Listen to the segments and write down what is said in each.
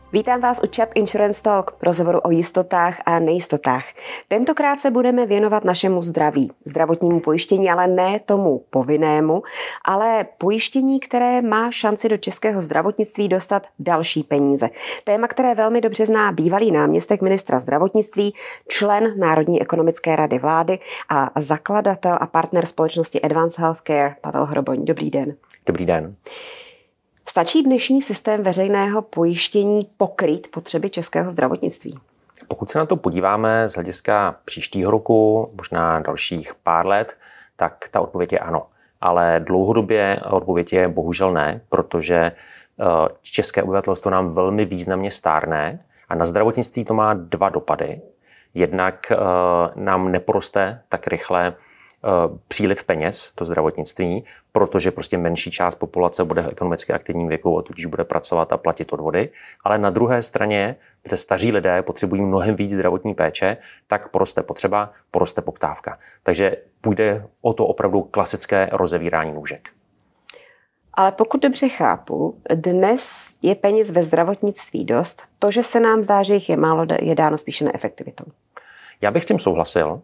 Vítám vás u ČAP Insurance Talk, rozhovoru o jistotách a nejistotách. Tentokrát se budeme věnovat našemu zdraví, zdravotnímu pojištění, ale ne tomu povinnému, ale pojištění, které má šanci do českého zdravotnictví dostat další peníze. Téma, které velmi dobře zná bývalý náměstek ministra zdravotnictví, člen Národní ekonomické rady vlády a zakladatel a partner společnosti Advance Healthcare Pavel Hroboň. Dobrý den. Dobrý den. Stačí dnešní systém veřejného pojištění pokrýt potřeby českého zdravotnictví? Pokud se na to podíváme z hlediska příštího roku, možná dalších pár let, tak ta odpověď je ano. Ale dlouhodobě odpověď je bohužel ne, protože české obyvatelstvo nám velmi významně stárne a na zdravotnictví to má dva dopady. Jednak nám neporoste tak rychle příliv peněz do zdravotnictví, protože prostě menší část populace bude ekonomicky aktivním věku a tudíž bude pracovat a platit odvody. Ale na druhé straně, kde staří lidé potřebují mnohem víc zdravotní péče, tak poroste potřeba, poroste poptávka. Takže půjde o to opravdu klasické rozevírání nůžek. Ale pokud dobře chápu, dnes je peněz ve zdravotnictví dost. To, že se nám zdá, že jich je málo, je dáno spíše neefektivitou. Já bych s tím souhlasil.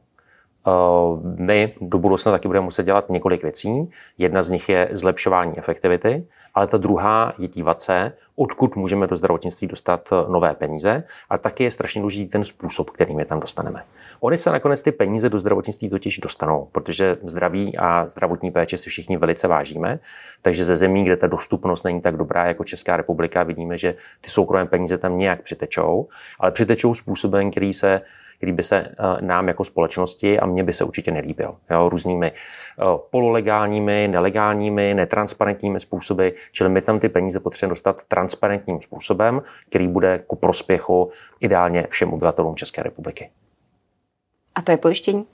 My do budoucna taky budeme muset dělat několik věcí. Jedna z nich je zlepšování efektivity, ale ta druhá je dívat se, odkud můžeme do zdravotnictví dostat nové peníze, a taky je strašně důležitý ten způsob, kterým je tam dostaneme. Oni se nakonec ty peníze do zdravotnictví totiž dostanou, protože zdraví a zdravotní péče si všichni velice vážíme, takže ze zemí, kde ta dostupnost není tak dobrá jako Česká republika, vidíme, že ty soukromé peníze tam nějak přitečou, ale přitečou způsobem, který by se nám jako společnosti a mně by se určitě nelíbil. Jo, různými pololegálními, nelegálními, netransparentními způsoby, čili my tam ty peníze potřebujeme dostat transparentním způsobem, který bude ku prospěchu ideálně všem obyvatelům České republiky. A to je pojištění?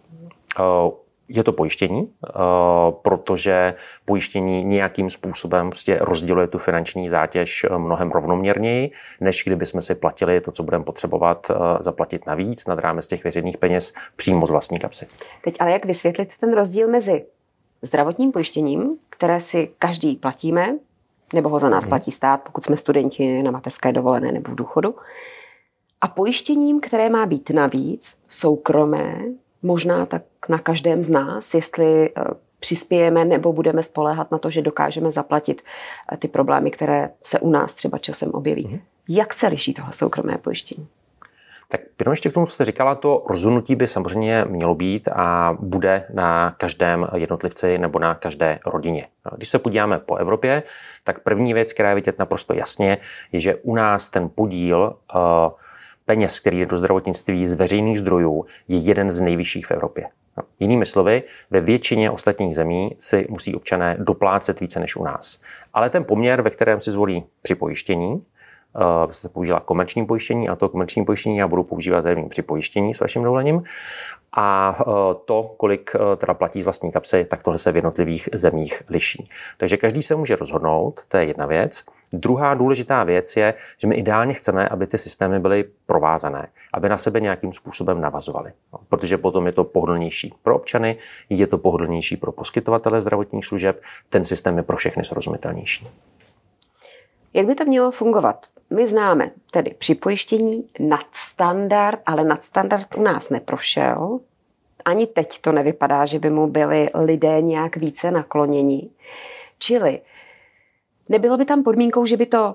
Je to pojištění, protože pojištění nějakým způsobem prostě rozděluje tu finanční zátěž mnohem rovnoměrněji, než kdyby jsme si platili to, co budeme potřebovat zaplatit navíc nad rámec těch veřejných peněz přímo z vlastní kapsy. Teď ale jak vysvětlit ten rozdíl mezi zdravotním pojištěním, které si každý platíme, nebo ho za nás platí stát, pokud jsme studenti na mateřské dovolené nebo v důchodu, a pojištěním, které má být navíc, soukromé, možná tak na každém z nás, jestli přispějeme nebo budeme spoléhat na to, že dokážeme zaplatit ty problémy, které se u nás třeba časem objeví. Jak se liší tohle soukromé pojištění? Tak jenom ještě k tomu, co jste říkala, to rozhodnutí by samozřejmě mělo být a bude na každém jednotlivci nebo na každé rodině. Když se podíváme po Evropě, tak první věc, která je vidět naprosto jasně, je, že u nás ten podíl peněz, který je do zdravotnictví z veřejných zdrojů, je jeden z nejvyšších v Evropě. Jinými slovy, ve většině ostatních zemí si musí občané doplácet více než u nás. Ale ten poměr, ve kterém si zvolí při pojištění, se použila komerční pojištění, a to komerční pojištění já budu používat termín při pojištění s vaším dovolením. A to, kolik teda platí z vlastní kapsy, tak tohle se v jednotlivých zemích liší. Takže každý se může rozhodnout, to je jedna věc. Druhá důležitá věc je, že my ideálně chceme, aby ty systémy byly provázané, aby na sebe nějakým způsobem navazovaly. Protože potom je to pohodlnější pro občany, je to pohodlnější pro poskytovatele zdravotních služeb, ten systém je pro všechny srozumitelnější. Jak by to mělo fungovat? My známe tedy připojištění nadstandard, ale nadstandard u nás neprošel. Ani teď to nevypadá, že by mu byli lidé nějak více nakloněni. Čili nebylo by tam podmínkou, že by to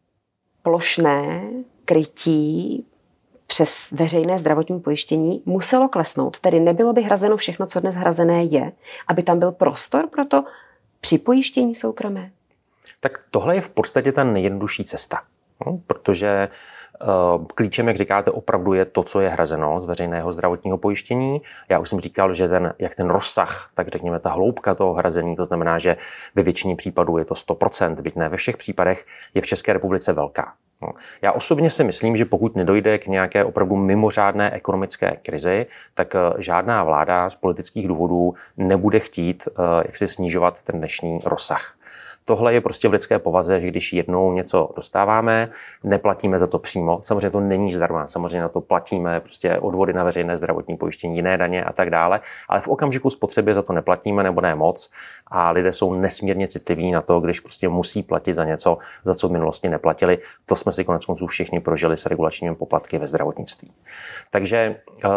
plošné krytí přes veřejné zdravotní pojištění muselo klesnout. Tedy nebylo by hrazeno všechno, co dnes hrazené je, aby tam byl prostor pro to připojištění soukromé? Tak tohle je v podstatě ta nejjednodušší cesta. Protože klíčem, jak říkáte, opravdu je to, co je hrazeno z veřejného zdravotního pojištění. Já už jsem říkal, že jak ten rozsah, tak řekněme ta hloubka toho hrazení, to znamená, že ve většině případů je to 100%, byť ne ve všech případech, je v České republice velká. Já osobně si myslím, že pokud nedojde k nějaké opravdu mimořádné ekonomické krizi, tak žádná vláda z politických důvodů nebude chtít jak si snižovat ten dnešní rozsah. tohle je prostě v lidské povaze, že když jednou něco dostáváme, neplatíme za to přímo. Samozřejmě to není zdarma, samozřejmě na to platíme prostě odvody na veřejné zdravotní pojištění, jiné daně a tak dále, ale v okamžiku spotřeby za to neplatíme nebo ne moc a lidé jsou nesmírně citliví na to, když prostě musí platit za něco, za co v minulosti neplatili. To jsme si koneckonců všichni prožili s regulačními poplatky ve zdravotnictví. Takže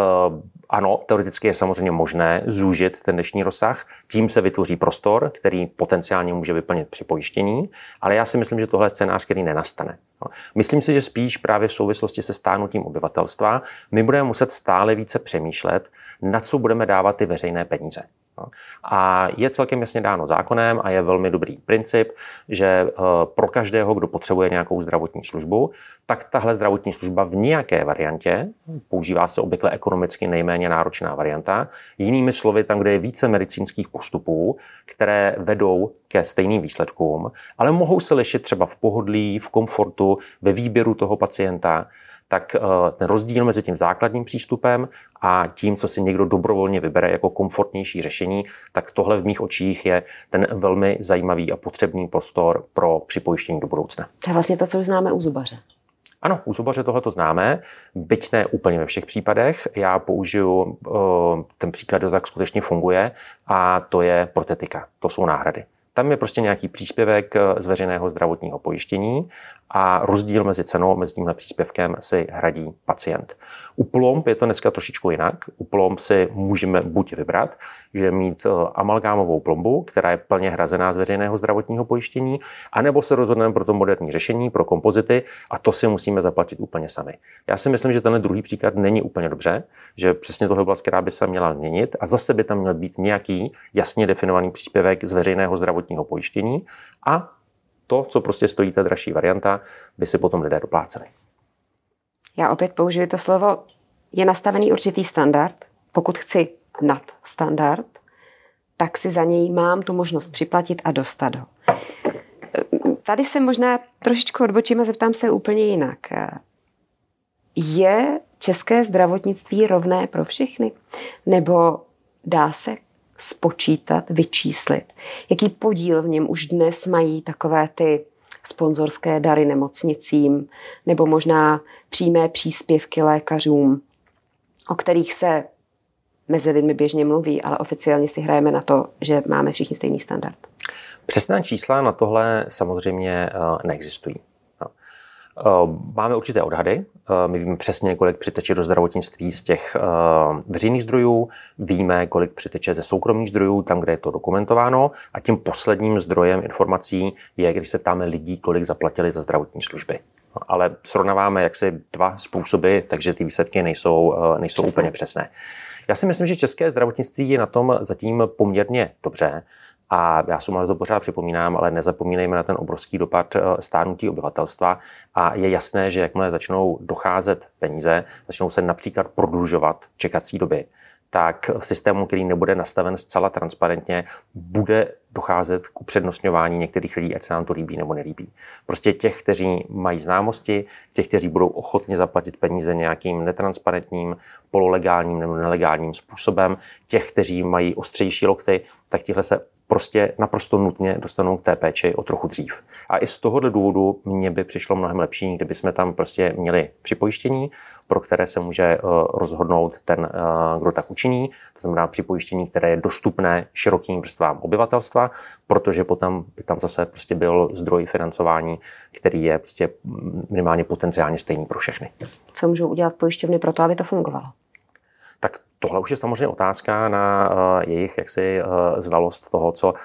ano, teoreticky je samozřejmě možné zúžit ten dnešní rozsah, tím se vytvoří prostor, který potenciálně může vyplnit při pojištění, ale já si myslím, že tohle je scénář, který nenastane. Myslím si, že spíš právě v souvislosti se stárnutím obyvatelstva my budeme muset stále více přemýšlet, na co budeme dávat ty veřejné peníze. A je celkem jasně dáno zákonem a je velmi dobrý princip, že pro každého, kdo potřebuje nějakou zdravotní službu, tak tahle zdravotní služba v nějaké variantě, používá se obvykle ekonomicky nejméně náročná varianta, jinými slovy tam, kde je více medicínských postupů, které vedou ke stejným výsledkům, ale mohou se lišit třeba v pohodlí, v komfortu, ve výběru toho pacienta, tak ten rozdíl mezi tím základním přístupem a tím, co si někdo dobrovolně vybere jako komfortnější řešení, tak tohle v mých očích je ten velmi zajímavý a potřebný prostor pro připojištění do budoucna. To je vlastně to, co už známe u zubaře. Ano, u zubaře tohle to známe, byť ne úplně ve všech případech. Já použiju ten příklad, kdo tak skutečně funguje, a to je protetika, to jsou náhrady. Tam je prostě nějaký příspěvek z veřejného zdravotního pojištění a rozdíl mezi cenou, mezi tímhle příspěvkem si hradí pacient. U plomb je to dneska trošičku jinak. U plomb si můžeme buď vybrat, že mít amalgámovou plombu, která je plně hrazená z veřejného zdravotního pojištění, anebo se rozhodneme pro to moderní řešení, pro kompozity a to si musíme zaplatit úplně sami. Já si myslím, že tenhle druhý příklad není úplně dobře, že přesně tohle oblast, která by se měla měnit a zase by tam měl být nějaký jasně definovaný příspěvek z veřejného zdravotního pojištění a to, co prostě stojí ta dražší varianta, by si potom lidé dopláceli. Já opět použiju to slovo, je nastavený určitý standard. Pokud chci nadstandard, tak si za něj mám tu možnost připlatit a dostat ho. Tady se možná trošičku odbočím a zeptám se úplně jinak. Je české zdravotnictví rovné pro všechny? Nebo dá se spočítat, vyčíslit, jaký podíl v něm už dnes mají takové ty sponzorské dary nemocnicím nebo možná přímé příspěvky lékařům, o kterých se mezi lidmi běžně mluví, ale oficiálně si hrajeme na to, že máme všichni stejný standard. Přesná čísla na tohle samozřejmě neexistují. Máme určité odhady. My víme přesně, kolik přiteče do zdravotnictví z těch veřejných zdrojů, víme, kolik přiteče ze soukromých zdrojů, tam, kde je to dokumentováno. A tím posledním zdrojem informací je, když se ptáme lidí, kolik zaplatili za zdravotní služby. Ale srovnáváme jaksi dva způsoby, takže ty výsledky nejsou úplně přesné. Já si myslím, že české zdravotnictví je na tom zatím poměrně dobře. A já si to pořád připomínám, ale nezapomínejme na ten obrovský dopad stárnutí obyvatelstva a je jasné, že jakmile začnou docházet peníze, začnou se například prodlužovat čekací doby, tak v systému, který nebude nastaven zcela transparentně, bude docházet k upřednostňování některých lidí, ať se nám to líbí nebo nelíbí. Prostě těch, kteří mají známosti, těch, kteří budou ochotně zaplatit peníze nějakým netransparentním, pololegálním nebo nelegálním způsobem, těch, kteří mají ostřejší lokty, tak tihle se prostě naprosto nutně dostanou k té péči o trochu dřív. A i z tohohle důvodu mně by přišlo mnohem lepší, kdyby jsme tam prostě měli připojištění, pro které se může rozhodnout ten, kdo tak učiní. To znamená připojištění, které je dostupné širokým vrstvám obyvatelstva, protože potom by tam zase prostě byl zdroj financování, který je prostě minimálně potenciálně stejný pro všechny. Co můžou udělat pojišťovny pro to, aby to fungovalo? Tak tohle už je samozřejmě otázka na jejich znalost toho, co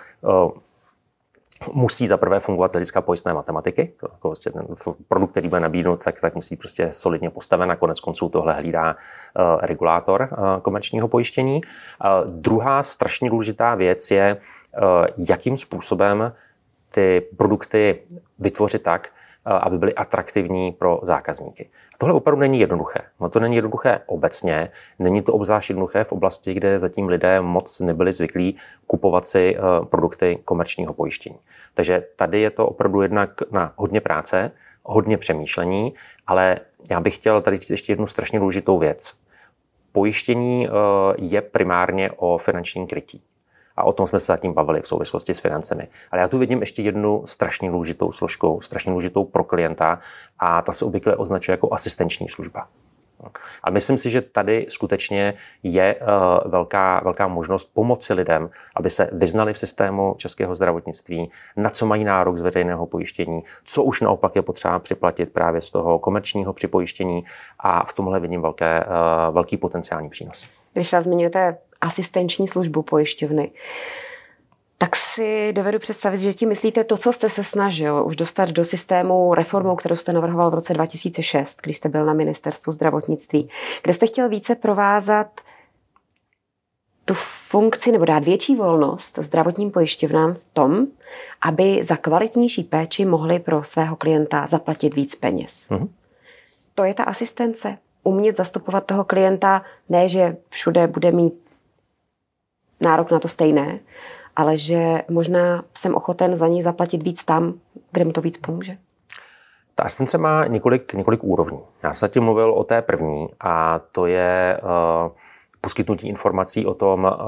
musí zaprvé fungovat z hlediska pojistné matematiky. To jako vlastně ten produkt, který bude nabídnout, tak musí prostě solidně postaven a konec konců tohle hlídá regulátor komerčního pojištění. Druhá strašně důležitá věc je, jakým způsobem ty produkty vytvořit tak, aby byly atraktivní pro zákazníky. A tohle opravdu není jednoduché. No to není jednoduché obecně, není to obzvlášť jednoduché v oblasti, kde zatím lidé moc nebyli zvyklí kupovat si produkty komerčního pojištění. Takže tady je to opravdu jednak na hodně práce, hodně přemýšlení, ale já bych chtěl tady říct ještě jednu strašně důležitou věc. Pojištění je primárně o finančním krytí. A o tom jsme se zatím bavili v souvislosti s financemi. Ale já tu vidím ještě jednu strašně důležitou složku, strašně důležitou pro klienta a ta se obvykle označuje jako asistenční služba. A myslím si, že tady skutečně je velká možnost pomoci lidem, aby se vyznali v systému českého zdravotnictví, na co mají nárok z veřejného pojištění, co už naopak je potřeba připlatit právě z toho komerčního připojištění a v tomhle vidím velký potenciální přínos. Když vás zmiňujete asistenční službu pojišťovny, tak si dovedu představit, že tím myslíte to, co jste se snažil už dostat do systému reformou, kterou jste navrhoval v roce 2006, když jste byl na ministerstvu zdravotnictví, kde jste chtěl více provázat tu funkci nebo dát větší volnost zdravotním pojišťovnám v tom, aby za kvalitnější péči mohli pro svého klienta zaplatit víc peněz. To je ta asistence. Umět zastupovat toho klienta, ne, že všude bude mít nárok na to stejné, ale že možná jsem ochoten za něj zaplatit víc tam, kde mu to víc pomůže. Ta asistence má několik úrovní. Já jsem zatím mluvil o té první a to je poskytnutí informací o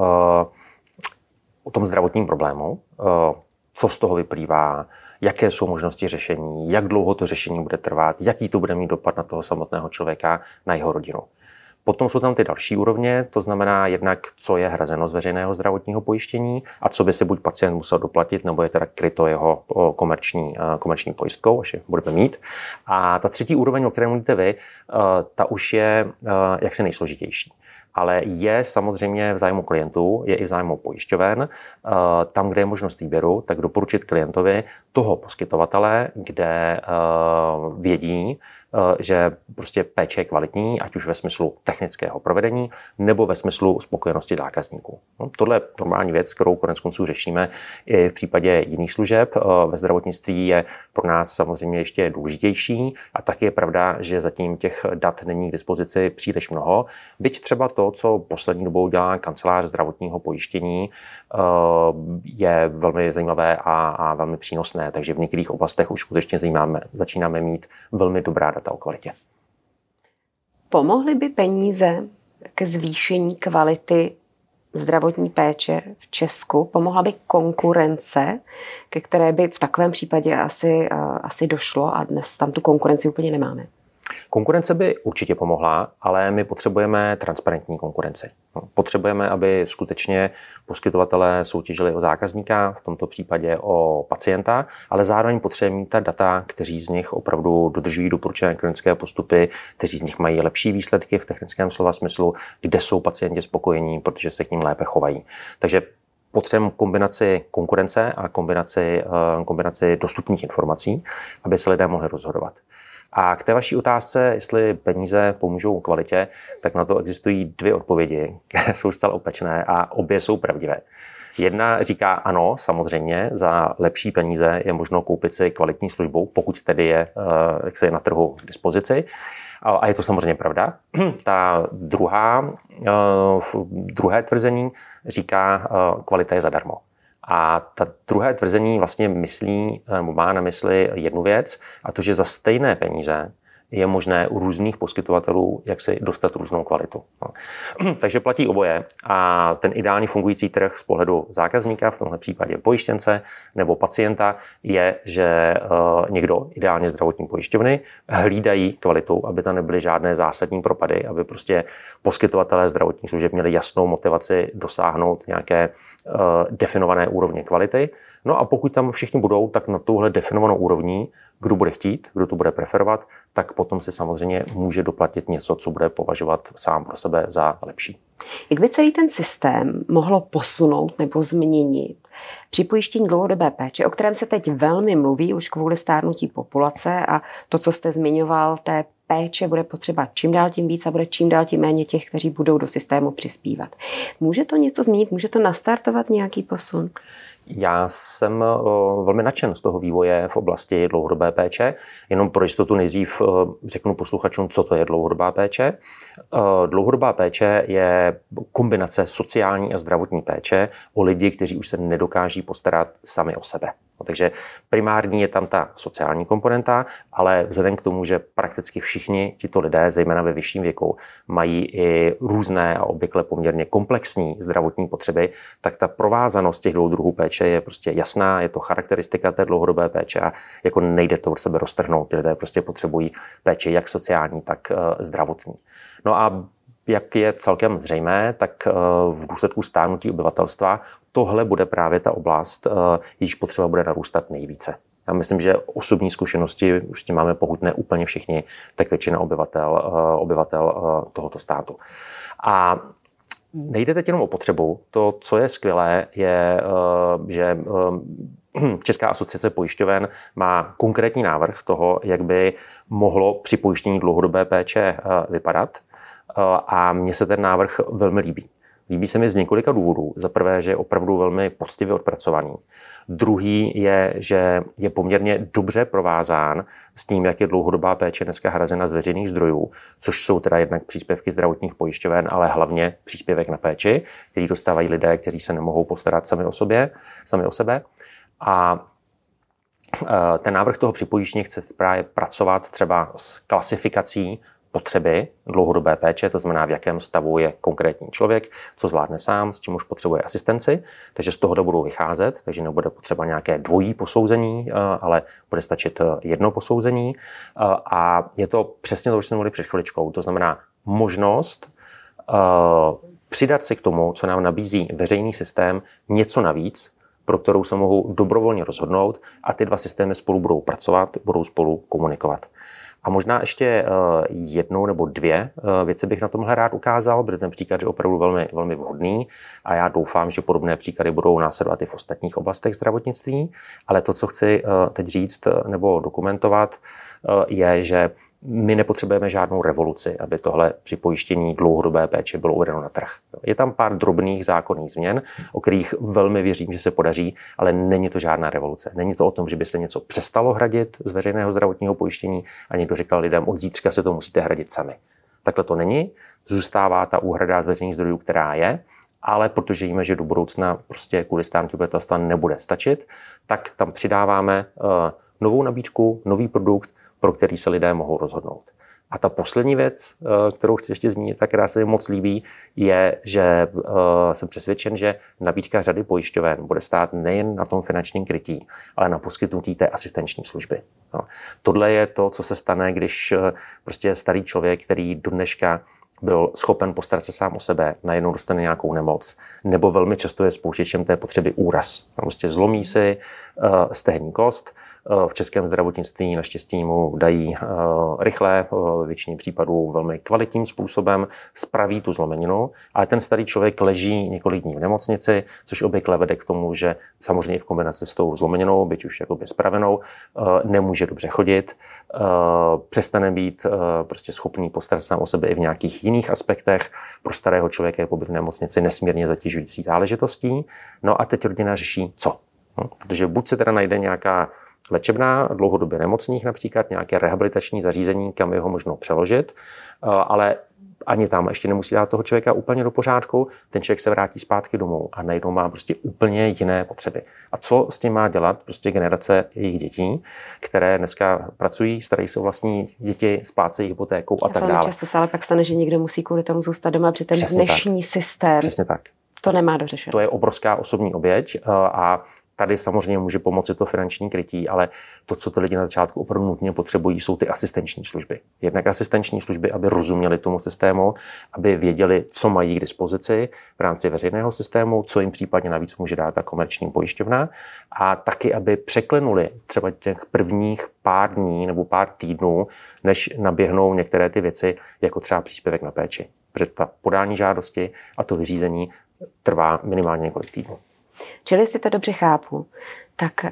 tom zdravotním problému, co z toho vyplývá, jaké jsou možnosti řešení, jak dlouho to řešení bude trvat, jaký to bude mít dopad na toho samotného člověka, na jeho rodinu. Potom jsou tam ty další úrovně, to znamená jednak, co je hrazeno z veřejného zdravotního pojištění a co by si buď pacient musel doplatit, nebo je teda kryto jeho komerční pojistkou, až je budeme mít. A ta třetí úroveň, o které mluvíte vy, ta už je jaksi nejsložitější. Ale je samozřejmě v zájmu klientů, je i v zájmu pojišťoven. Tam, kde je možnost výběru, tak doporučit klientovi toho poskytovatele, kde vědí, že prostě péče je kvalitní, ať už ve smyslu technického provedení, nebo ve smyslu spokojenosti zákazníků. No, tohle je normální věc, kterou koneckonců řešíme i v případě jiných služeb. Ve zdravotnictví je pro nás samozřejmě ještě důležitější a taky je pravda, že zatím těch dat není k dispozici příliš mnoho. Byť třeba to, co poslední dobou dělá kancelář zdravotního pojištění, je velmi zajímavé a velmi přínosné, takže v některých oblastech už skutečně začínáme mít velmi dobrá data o kvalitě. Pomohly by peníze ke zvýšení kvality zdravotní péče v Česku? Pomohla by konkurence, ke které by v takovém případě asi došlo a dnes tam tu konkurenci úplně nemáme? Konkurence by určitě pomohla, ale my potřebujeme transparentní konkurenci. Potřebujeme, aby skutečně poskytovatelé soutěžili o zákazníka, v tomto případě o pacienta, ale zároveň potřebujeme mít ta data, kteří z nich opravdu dodržují doporučené klinické postupy, kteří z nich mají lepší výsledky v technickém slova smyslu, kde jsou pacienti spokojení, protože se k ním lépe chovají. Takže potřebujeme kombinaci konkurence a kombinaci dostupných informací, aby se lidé mohli rozhodovat. A k té vaší otázce, jestli peníze pomůžou kvalitě, tak na to existují dvě odpovědi, které jsou stále opačné a obě jsou pravdivé. Jedna říká ano, samozřejmě, za lepší peníze je možno koupit si kvalitní službu, pokud tedy je na trhu k dispozici. A je to samozřejmě pravda. Ta druhé tvrzení říká, kvalita je zadarmo. A ta druhé tvrzení vlastně má na mysli jednu věc, a to, že za stejné peníze je možné u různých poskytovatelů jak si dostat různou kvalitu. Takže platí oboje a ten ideálně fungující trh z pohledu zákazníka, v tomhle případě pojištěnce nebo pacienta, je, že někdo, ideálně zdravotní pojišťovny, hlídají kvalitu, aby tam nebyly žádné zásadní propady, aby prostě poskytovatelé zdravotních služeb měli jasnou motivaci dosáhnout nějaké definované úrovně kvality. No a pokud tam všichni budou, tak na touhle definovanou úrovní, kdo bude chtít, kdo to bude preferovat, tak potom si samozřejmě může doplatit něco, co bude považovat sám pro sebe za lepší. Jak by celý ten systém mohlo posunout nebo změnit připojištění dlouhodobé péče, o kterém se teď velmi mluví už kvůli stárnutí populace a to, co jste zmiňoval, té péče bude potřeba čím dál tím víc a bude čím dál tím méně těch, kteří budou do systému přispívat. Může to něco změnit? Může to nastartovat nějaký posun? Já jsem velmi nadšen z toho vývoje v oblasti dlouhodobé péče. Jenom pro jistotu nejdřív řeknu posluchačům, co to je dlouhodobá péče. Dlouhodobá péče je kombinace sociální a zdravotní péče o lidi, kteří už se nedokáží postarat sami o sebe. Takže primární je tam ta sociální komponenta, ale vzhledem k tomu, že prakticky všichni tito lidé, zejména ve vyšším věku, mají i různé a obvykle poměrně komplexní zdravotní potřeby, tak ta provázanost těch dvou druhů péče je prostě jasná, je to charakteristika té dlouhodobé péče a jako nejde to od sebe roztrhnout. Ty lidé prostě potřebují péči jak sociální, tak zdravotní. No a jak je celkem zřejmé, tak v důsledku stárnutí obyvatelstva tohle bude právě ta oblast, jejíž potřeba bude narůstat nejvíce. Já myslím, že osobní zkušenosti už s tím máme, pokud ne úplně všichni, tak většina obyvatel tohoto státu. A nejde teď jenom o potřebu. To, co je skvělé, je, že Česká asociace pojišťoven má konkrétní návrh toho, jak by mohlo připojištění dlouhodobé péče vypadat. A mně se ten návrh velmi líbí. Líbí se mi z několika důvodů. Za prvé, že je opravdu velmi poctivě odpracovaný. Druhý je, že je poměrně dobře provázán s tím, jak je dlouhodobá péče dneska hrazena z veřejných zdrojů, což jsou teda jednak příspěvky zdravotních pojišťoven, ale hlavně příspěvek na péči, který dostávají lidé, kteří se nemohou postarat sami o sebe. A ten návrh toho připojištění chce právě pracovat třeba s klasifikací potřeby dlouhodobé péče, to znamená, v jakém stavu je konkrétní člověk, co zvládne sám, s čím už potřebuje asistenci, takže z toho budou vycházet, takže nebude potřeba nějaké dvojí posouzení, ale bude stačit jedno posouzení. A je to přesně to, co jsme mluvili před chviličkou, to znamená možnost přidat si k tomu, co nám nabízí veřejný systém, něco navíc, pro kterou se mohou dobrovolně rozhodnout a ty dva systémy spolu budou pracovat, budou spolu komunikovat. A možná ještě jednou nebo dvě věci bych na tomhle rád ukázal, protože ten příklad je opravdu velmi, velmi vhodný a já doufám, že podobné příklady budou následovat i v ostatních oblastech zdravotnictví. Ale to, co chci teď říct nebo dokumentovat, je, že my nepotřebujeme žádnou revoluci, aby tohle připojištění dlouhodobé péče bylo uvedeno na trh. Je tam pár drobných zákonných změn, o kterých velmi věřím, že se podaří, ale není to žádná revoluce. Není to o tom, že by se něco přestalo hradit z veřejného zdravotního pojištění a někdo říkal lidem, od zítřka se to musíte hradit sami. Takhle to není. Zůstává ta úhrada z veřejných zdrojů, která je, ale protože víme, že do budoucna prostě kvůli stárnutí obyvatelstva nebude stačit, tak tam přidáváme novou nabídku, nový produkt, pro který se lidé mohou rozhodnout. A ta poslední věc, kterou chci ještě zmínit, a která se mi moc líbí, je, že jsem přesvědčen, že nabídka řady pojišťoven bude stát nejen na tom finančním krytí, ale na poskytnutí té asistenční služby. No. Tohle je to, co se stane, když prostě starý člověk, který do dneška byl schopen postarat se sám o sebe, najednou dostane nějakou nemoc, nebo velmi často je spouštěčem té potřeby úraz. Prostě zlomí si stehenní kost, v českém zdravotnictví naštěstí mu dají rychle, v většině případů velmi kvalitním způsobem, spraví tu zlomeninu, ale ten starý člověk leží několik dní v nemocnici, což obvykle vede k tomu, že samozřejmě v kombinaci s tou zlomeninou, byť už jakoby spravenou, nemůže dobře chodit, přestane být prostě schopný postarat se o sebe i v nějakých jiných aspektech. Pro starého člověka je pobyt v nemocnici nesmírně zatěžující záležitostí. No a teď rodina řeší co? Protože buď se teda najde nějaká léčebná, dlouhodobě nemocných například, nějaké rehabilitační zařízení, kam je ho možno přeložit, ale ani tam ještě nemusí dát toho člověka úplně do pořádku, ten člověk se vrátí zpátky domů a najednou má prostě úplně jiné potřeby. A co s tím má dělat prostě generace jejich dětí, které dneska pracují, starají se o vlastní děti, splácejí hypotékou a tak dále. Často se ale pak stane, že někdo musí kvůli tomu zůstat doma, protože ten dnešní systém Přesně tak. To nemá dořešeno. To je obrovská osobní oběť a tady samozřejmě může pomoci to finanční krytí, ale to, co ty lidi na začátku opravdu nutně potřebují, jsou ty asistenční služby. Jednak asistenční služby, aby rozuměli tomu systému, aby věděli, co mají k dispozici v rámci veřejného systému, co jim případně navíc může dát ta komerční pojišťovna a taky, aby překlenuli třeba těch prvních pár dní nebo pár týdnů, než naběhnou některé ty věci, jako třeba příspěvek na péči. Protože ta podání žádosti a to vyřízení trvá minimálně několik týdnů. Čili, jestli to dobře chápu, tak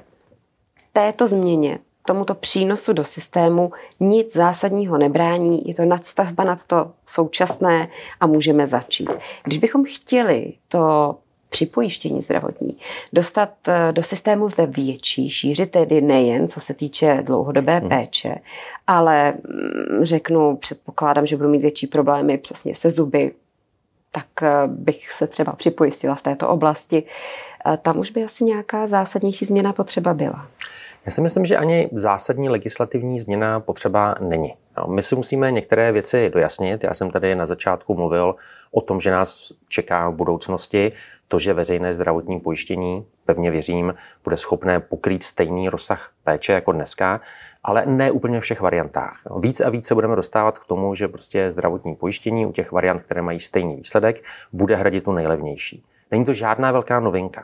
této změně, tomuto přínosu do systému nic zásadního nebrání, je to nadstavba nad to současné a můžeme začít. Když bychom chtěli to připojištění zdravotní dostat do systému ve větší šíři, tedy nejen co se týče dlouhodobé péče, ale předpokládám, že budu mít větší problémy přesně se zuby, tak bych se třeba připojistila v této oblasti. Tam už by asi nějaká zásadnější změna potřeba byla. Já si myslím, že ani zásadní legislativní změna potřeba není. My si musíme některé věci dojasnit. Já jsem tady na začátku mluvil o tom, že nás čeká v budoucnosti to, že veřejné zdravotní pojištění, pevně věřím, bude schopné pokrýt stejný rozsah péče jako dneska, ale ne úplně ve všech variantách. Víc a víc se budeme dostávat k tomu, že prostě zdravotní pojištění u těch variant, které mají stejný výsledek, bude hradit tu nejlevnější. Není to žádná velká novinka.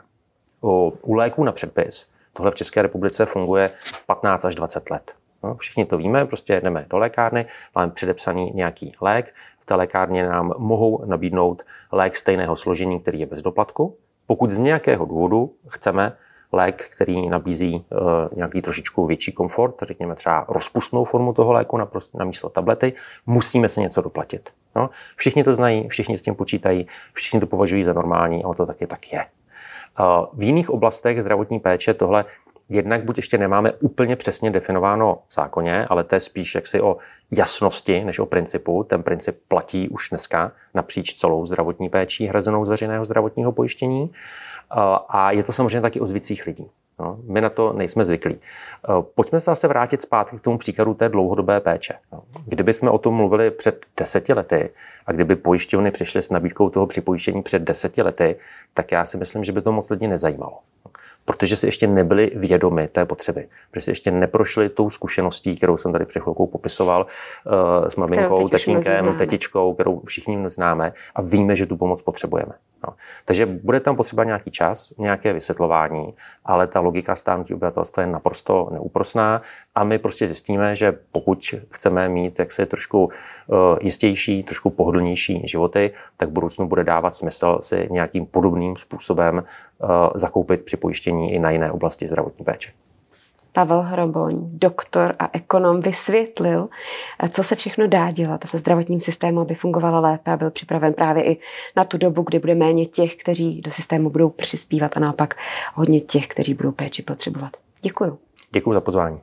U léků na předpis tohle v České republice funguje 15 až 20 let. Všichni to víme, prostě jdeme do lékárny, máme předepsaný nějaký lék, v té lékárně nám mohou nabídnout lék stejného složení, který je bez doplatku. Pokud z nějakého důvodu chceme lék, který nabízí nějaký trošičku větší komfort, řekněme třeba rozpustnou formu toho léku na místo tablety, musíme si něco doplatit. No, všichni to znají, všichni s tím počítají, všichni to považují za normální a to taky tak je. V jiných oblastech zdravotní péče tohle jednak buď ještě nemáme úplně přesně definováno v zákoně, ale to je spíš jaksi o jasnosti než o principu. Ten princip platí už dneska napříč celou zdravotní péčí hrazenou z veřejného zdravotního pojištění. A je to samozřejmě taky o zvicích lidí. No, my na to nejsme zvyklí. Pojďme se zase vrátit zpátky k tomu příkladu té dlouhodobé péče. Kdyby jsme o tom mluvili před 10 lety a kdyby pojišťovny přišly s nabídkou toho připojištění před 10 lety, tak já si myslím, že by to moc lidí nezajímalo. Protože si ještě nebyli vědomi té potřeby. Protože si ještě neprošli tou zkušeností, kterou jsem tady před chvilkou popisoval s maminkou, tatínkem, tetičkou, kterou všichni známe a víme, že tu pomoc potřebujeme. No. Takže bude tam potřeba nějaký čas, nějaké vysvětlování, ale ta logika stárnutí obyvatelstva je naprosto neúprosná a my prostě zjistíme, že pokud chceme mít jaksi trošku jistější, trošku pohodlnější životy, tak v budoucnu bude dávat smysl si nějakým podobným způsobem zakoupit připojištění i na jiné oblasti zdravotní péče. Pavel Hroboň, doktor a ekonom, vysvětlil, co se všechno dá dělat ve zdravotním systému, aby fungovala lépe a byl připraven právě i na tu dobu, kdy bude méně těch, kteří do systému budou přispívat a naopak hodně těch, kteří budou péči potřebovat. Děkuju. Děkuju za pozvání.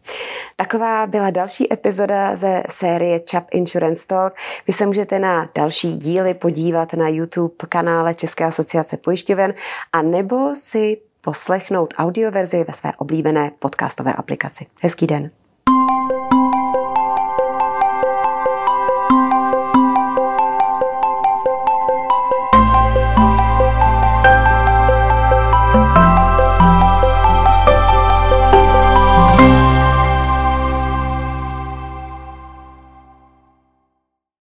Taková byla další epizoda ze série ČAP Insurance Talk. Vy se můžete na další díly podívat na YouTube kanále České asociace pojišťoven a nebo si poslechnout audioverzi ve své oblíbené podcastové aplikaci. Hezký den.